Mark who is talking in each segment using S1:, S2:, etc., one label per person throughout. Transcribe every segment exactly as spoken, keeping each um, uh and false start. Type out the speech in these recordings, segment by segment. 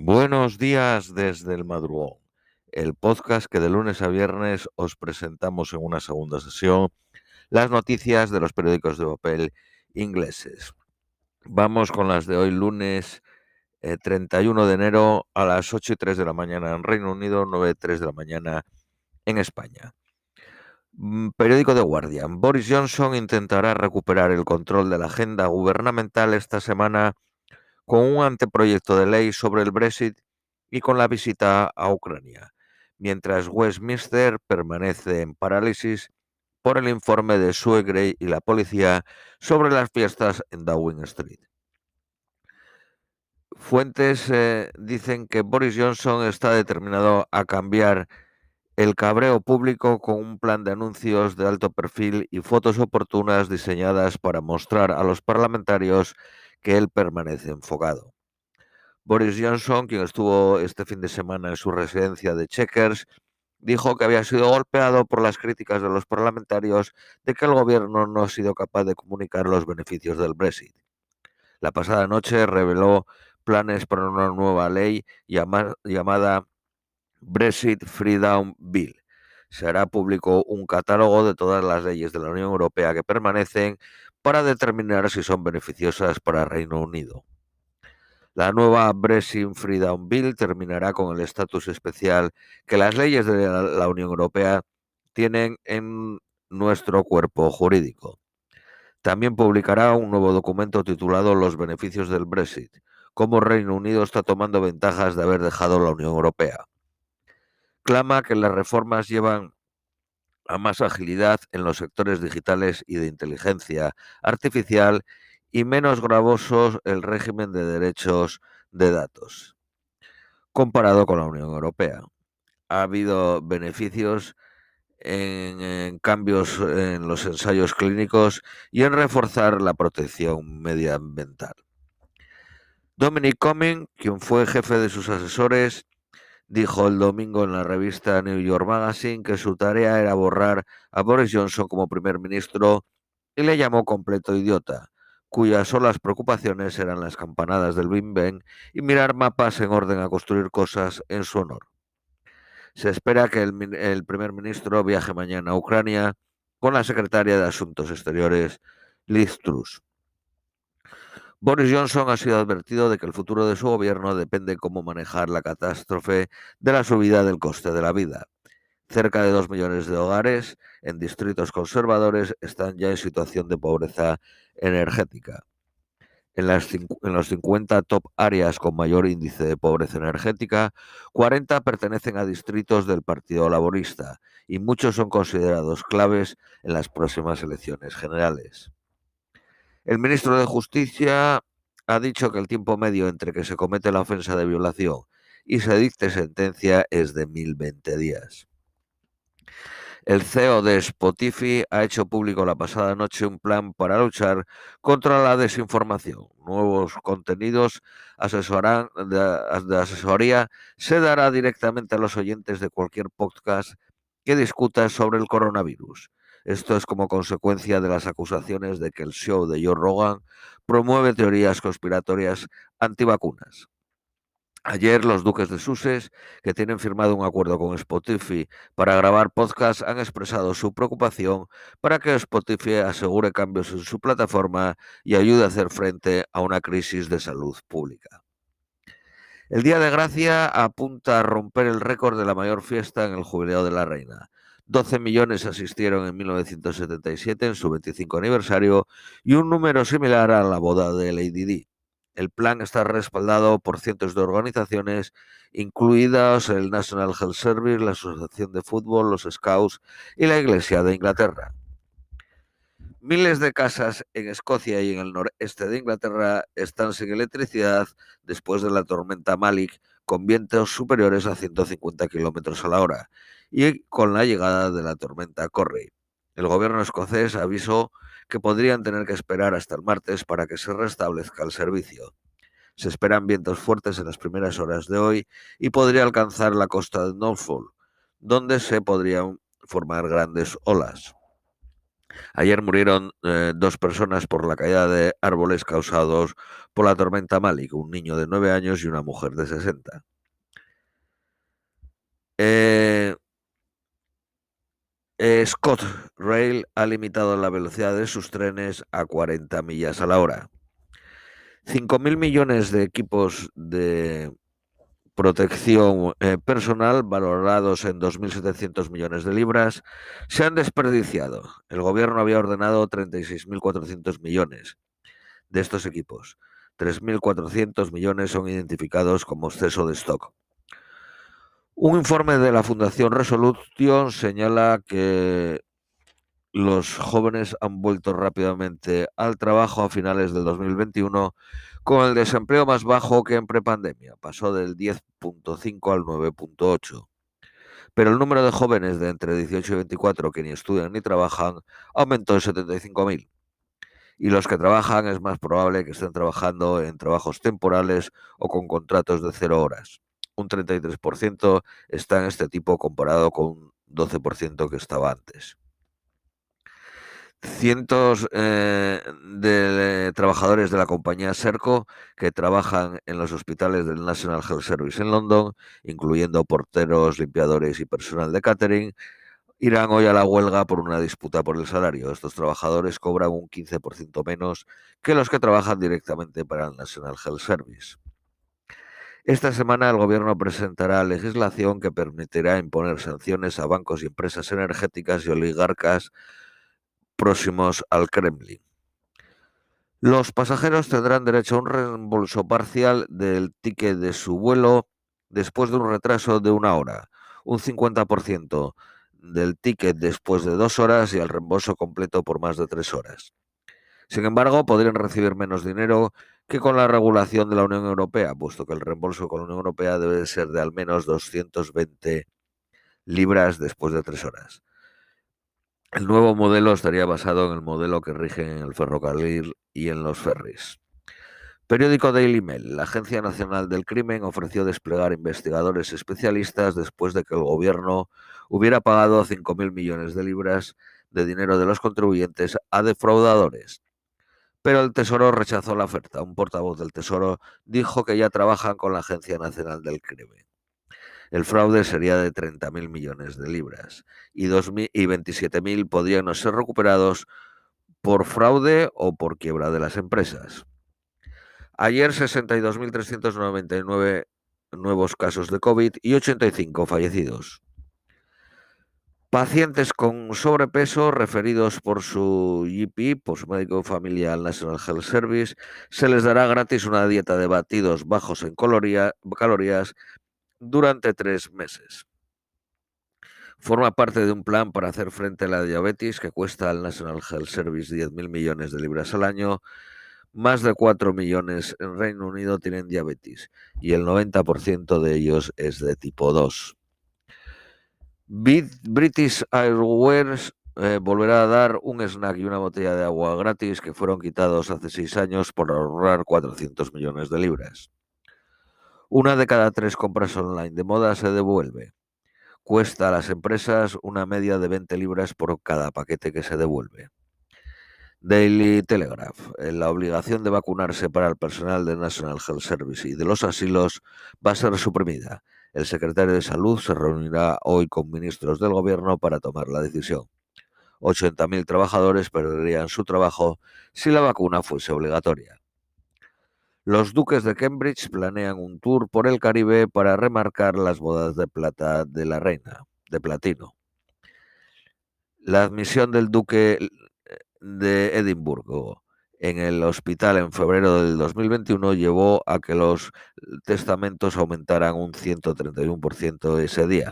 S1: Buenos días desde el madrugón, el podcast que de lunes a viernes os presentamos en una segunda sesión las noticias de los periódicos de papel ingleses. Vamos con las de hoy lunes eh, treinta y uno de enero a las ocho y tres de la mañana en Reino Unido, nueve y tres de la mañana en España. Mm, Periódico The Guardian. Boris Johnson intentará recuperar el control de la agenda gubernamental esta semana con un anteproyecto de ley sobre el Brexit y con la visita a Ucrania, mientras Westminster permanece en parálisis por el informe de Sue Gray y la policía sobre las fiestas en Downing Street. Fuentes eh, dicen que Boris Johnson está determinado a cambiar el cabreo público con un plan de anuncios de alto perfil y fotos oportunas diseñadas para mostrar a los parlamentarios que él permanece enfocado. Boris Johnson, quien estuvo este fin de semana en su residencia de Chequers, dijo que había sido golpeado por las críticas de los parlamentarios de que el gobierno no ha sido capaz de comunicar los beneficios del Brexit. La pasada noche reveló planes para una nueva ley llama, llamada Brexit Freedom Bill. Se hará público un catálogo de todas las leyes de la Unión Europea que permanecen para determinar si son beneficiosas para el Reino Unido. La nueva Brexit Freedom Bill terminará con el estatus especial que las leyes de la Unión Europea tienen en nuestro cuerpo jurídico. También publicará un nuevo documento titulado Los beneficios del Brexit, cómo Reino Unido está tomando ventajas de haber dejado la Unión Europea. Clama que las reformas llevan a más agilidad en los sectores digitales y de inteligencia artificial y menos gravosos el régimen de derechos de datos, comparado con la Unión Europea. Ha habido beneficios en, en cambios en los ensayos clínicos y en reforzar la protección medioambiental. Dominic Cumming, quien fue jefe de sus asesores, dijo el domingo en la revista New York Magazine que su tarea era borrar a Boris Johnson como primer ministro y le llamó completo idiota, cuyas solas preocupaciones eran las campanadas del Big Ben y mirar mapas en orden a construir cosas en su honor. Se espera que el, el primer ministro viaje mañana a Ucrania con la secretaria de Asuntos Exteriores, Liz Truss. Boris Johnson ha sido advertido de que el futuro de su gobierno depende de cómo manejar la catástrofe de la subida del coste de la vida. Cerca de dos millones de hogares en distritos conservadores están ya en situación de pobreza energética. En, las, en los cincuenta top áreas con mayor índice de pobreza energética, cuarenta pertenecen a distritos del Partido Laborista y muchos son considerados claves en las próximas elecciones generales. El ministro de Justicia ha dicho que el tiempo medio entre que se comete la ofensa de violación y se dicte sentencia es de mil veinte días. El C E O de Spotify ha hecho público la pasada noche un plan para luchar contra la desinformación. Nuevos contenidos asesoran, de, de asesoría se dará directamente a los oyentes de cualquier podcast que discuta sobre el coronavirus. Esto es como consecuencia de las acusaciones de que el show de Joe Rogan promueve teorías conspiratorias antivacunas. Ayer los duques de Sussex, que tienen firmado un acuerdo con Spotify para grabar podcasts, han expresado su preocupación para que Spotify asegure cambios en su plataforma y ayude a hacer frente a una crisis de salud pública. El Día de Gracia apunta a romper el récord de la mayor fiesta en el Jubileo de la Reina. doce millones asistieron en mil novecientos setenta y siete en su veinticinco aniversario y un número similar a la boda de Lady Di. El plan está respaldado por cientos de organizaciones, incluidas el National Health Service, la Asociación de Fútbol, los Scouts y la Iglesia de Inglaterra. Miles de casas en Escocia y en el noreste de Inglaterra están sin electricidad después de la tormenta Malik, con vientos superiores a ciento cincuenta kilómetros a la hora, y con la llegada de la tormenta Corrie. El gobierno escocés avisó que podrían tener que esperar hasta el martes para que se restablezca el servicio. Se esperan vientos fuertes en las primeras horas de hoy y podría alcanzar la costa de Norfolk, donde se podrían formar grandes olas. Ayer murieron eh, dos personas por la caída de árboles causados por la tormenta Malik, un niño de nueve años y una mujer de sesenta. Eh, eh, ScotRail ha limitado la velocidad de sus trenes a cuarenta millas a la hora. cinco mil millones de equipos de protección eh, personal, valorados en dos mil setecientos millones de libras, se han desperdiciado. El gobierno había ordenado treinta y seis mil cuatrocientos millones de estos equipos. tres mil cuatrocientos millones son identificados como exceso de stock. Un informe de la Fundación Resolution señala que los jóvenes han vuelto rápidamente al trabajo a finales del dos mil veintiuno con el desempleo más bajo que en prepandemia. Pasó del diez punto cinco al nueve punto ocho. Pero el número de jóvenes de entre dieciocho y veinticuatro que ni estudian ni trabajan aumentó en setenta y cinco mil. Y los que trabajan es más probable que estén trabajando en trabajos temporales o con contratos de cero horas. Un treinta y tres por ciento está en este tipo comparado con un doce por ciento que estaba antes. Cientos eh, de trabajadores de la compañía Serco que trabajan en los hospitales del National Health Service en London, incluyendo porteros, limpiadores y personal de catering, irán hoy a la huelga por una disputa por el salario. Estos trabajadores cobran un quince por ciento menos que los que trabajan directamente para el National Health Service. Esta semana el gobierno presentará legislación que permitirá imponer sanciones a bancos y empresas energéticas y oligarcas próximos al Kremlin. Los pasajeros tendrán derecho a un reembolso parcial del ticket de su vuelo después de un retraso de una hora, un cincuenta por ciento del ticket después de dos horas y el reembolso completo por más de tres horas. Sin embargo, podrían recibir menos dinero que con la regulación de la Unión Europea, puesto que el reembolso con la Unión Europea debe ser de al menos doscientas veinte libras después de tres horas. El nuevo modelo estaría basado en el modelo que rige en el ferrocarril y en los ferries. Periódico Daily Mail. La Agencia Nacional del Crimen ofreció desplegar investigadores especialistas después de que el gobierno hubiera pagado cinco mil millones de libras de dinero de los contribuyentes a defraudadores. Pero el Tesoro rechazó la oferta. Un portavoz del Tesoro dijo que ya trabajan con la Agencia Nacional del Crimen. El fraude sería de treinta mil millones de libras y, y veintisiete mil podrían no ser recuperados por fraude o por quiebra de las empresas. Ayer sesenta y dos mil trescientos noventa y nueve nuevos casos de COVID y ochenta y cinco fallecidos. Pacientes con sobrepeso referidos por su G P, por su médico de familia al National Health Service, se les dará gratis una dieta de batidos bajos en caloría, calorías durante tres meses. Forma parte de un plan para hacer frente a la diabetes que cuesta al National Health Service diez mil millones de libras al año. Más de cuatro millones en Reino Unido tienen diabetes y el noventa por ciento de ellos es de tipo dos. British Airways eh, volverá a dar un snack y una botella de agua gratis que fueron quitados hace seis años por ahorrar cuatrocientos millones de libras. Una de cada tres compras online de moda se devuelve. Cuesta a las empresas una media de veinte libras por cada paquete que se devuelve. Daily Telegraph. La obligación de vacunarse para el personal del National Health Service y de los asilos va a ser suprimida. El secretario de Salud se reunirá hoy con ministros del gobierno para tomar la decisión. ochenta mil trabajadores perderían su trabajo si la vacuna fuese obligatoria. Los duques de Cambridge planean un tour por el Caribe para remarcar las bodas de plata de la reina, de platino. La admisión del duque de Edimburgo en el hospital en febrero del dos mil veintiuno llevó a que los testamentos aumentaran un ciento treinta y uno por ciento ese día.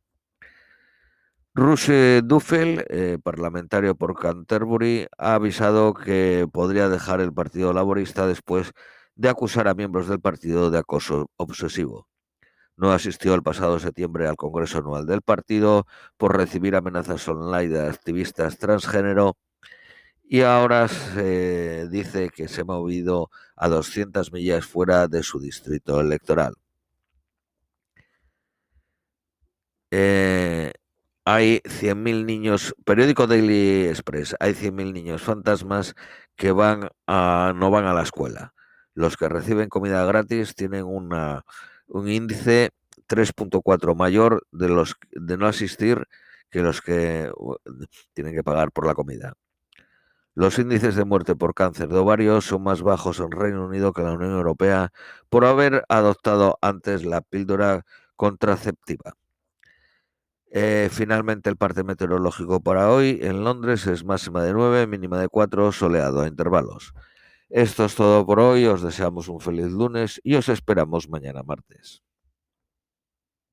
S1: Rush Duffel, eh, parlamentario por Canterbury, ha avisado que podría dejar el Partido Laborista después de acusar a miembros del partido de acoso obsesivo. No asistió el pasado septiembre al Congreso Anual del partido por recibir amenazas online de activistas transgénero y ahora se dice que se ha movido a doscientas millas fuera de su distrito electoral. Eh, hay cien mil niños, periódico Daily Express, hay cien mil niños fantasmas que van a, no van a la escuela. Los que reciben comida gratis tienen una, un índice tres punto cuatro mayor de los de no asistir que los que uh, tienen que pagar por la comida. Los índices de muerte por cáncer de ovario son más bajos en Reino Unido que en la Unión Europea por haber adoptado antes la píldora contraceptiva. Eh, finalmente, el parte meteorológico para hoy en Londres es máxima de nueve, mínima de cuatro, soleado a intervalos. Esto es todo por hoy, os deseamos un feliz lunes y os esperamos mañana martes.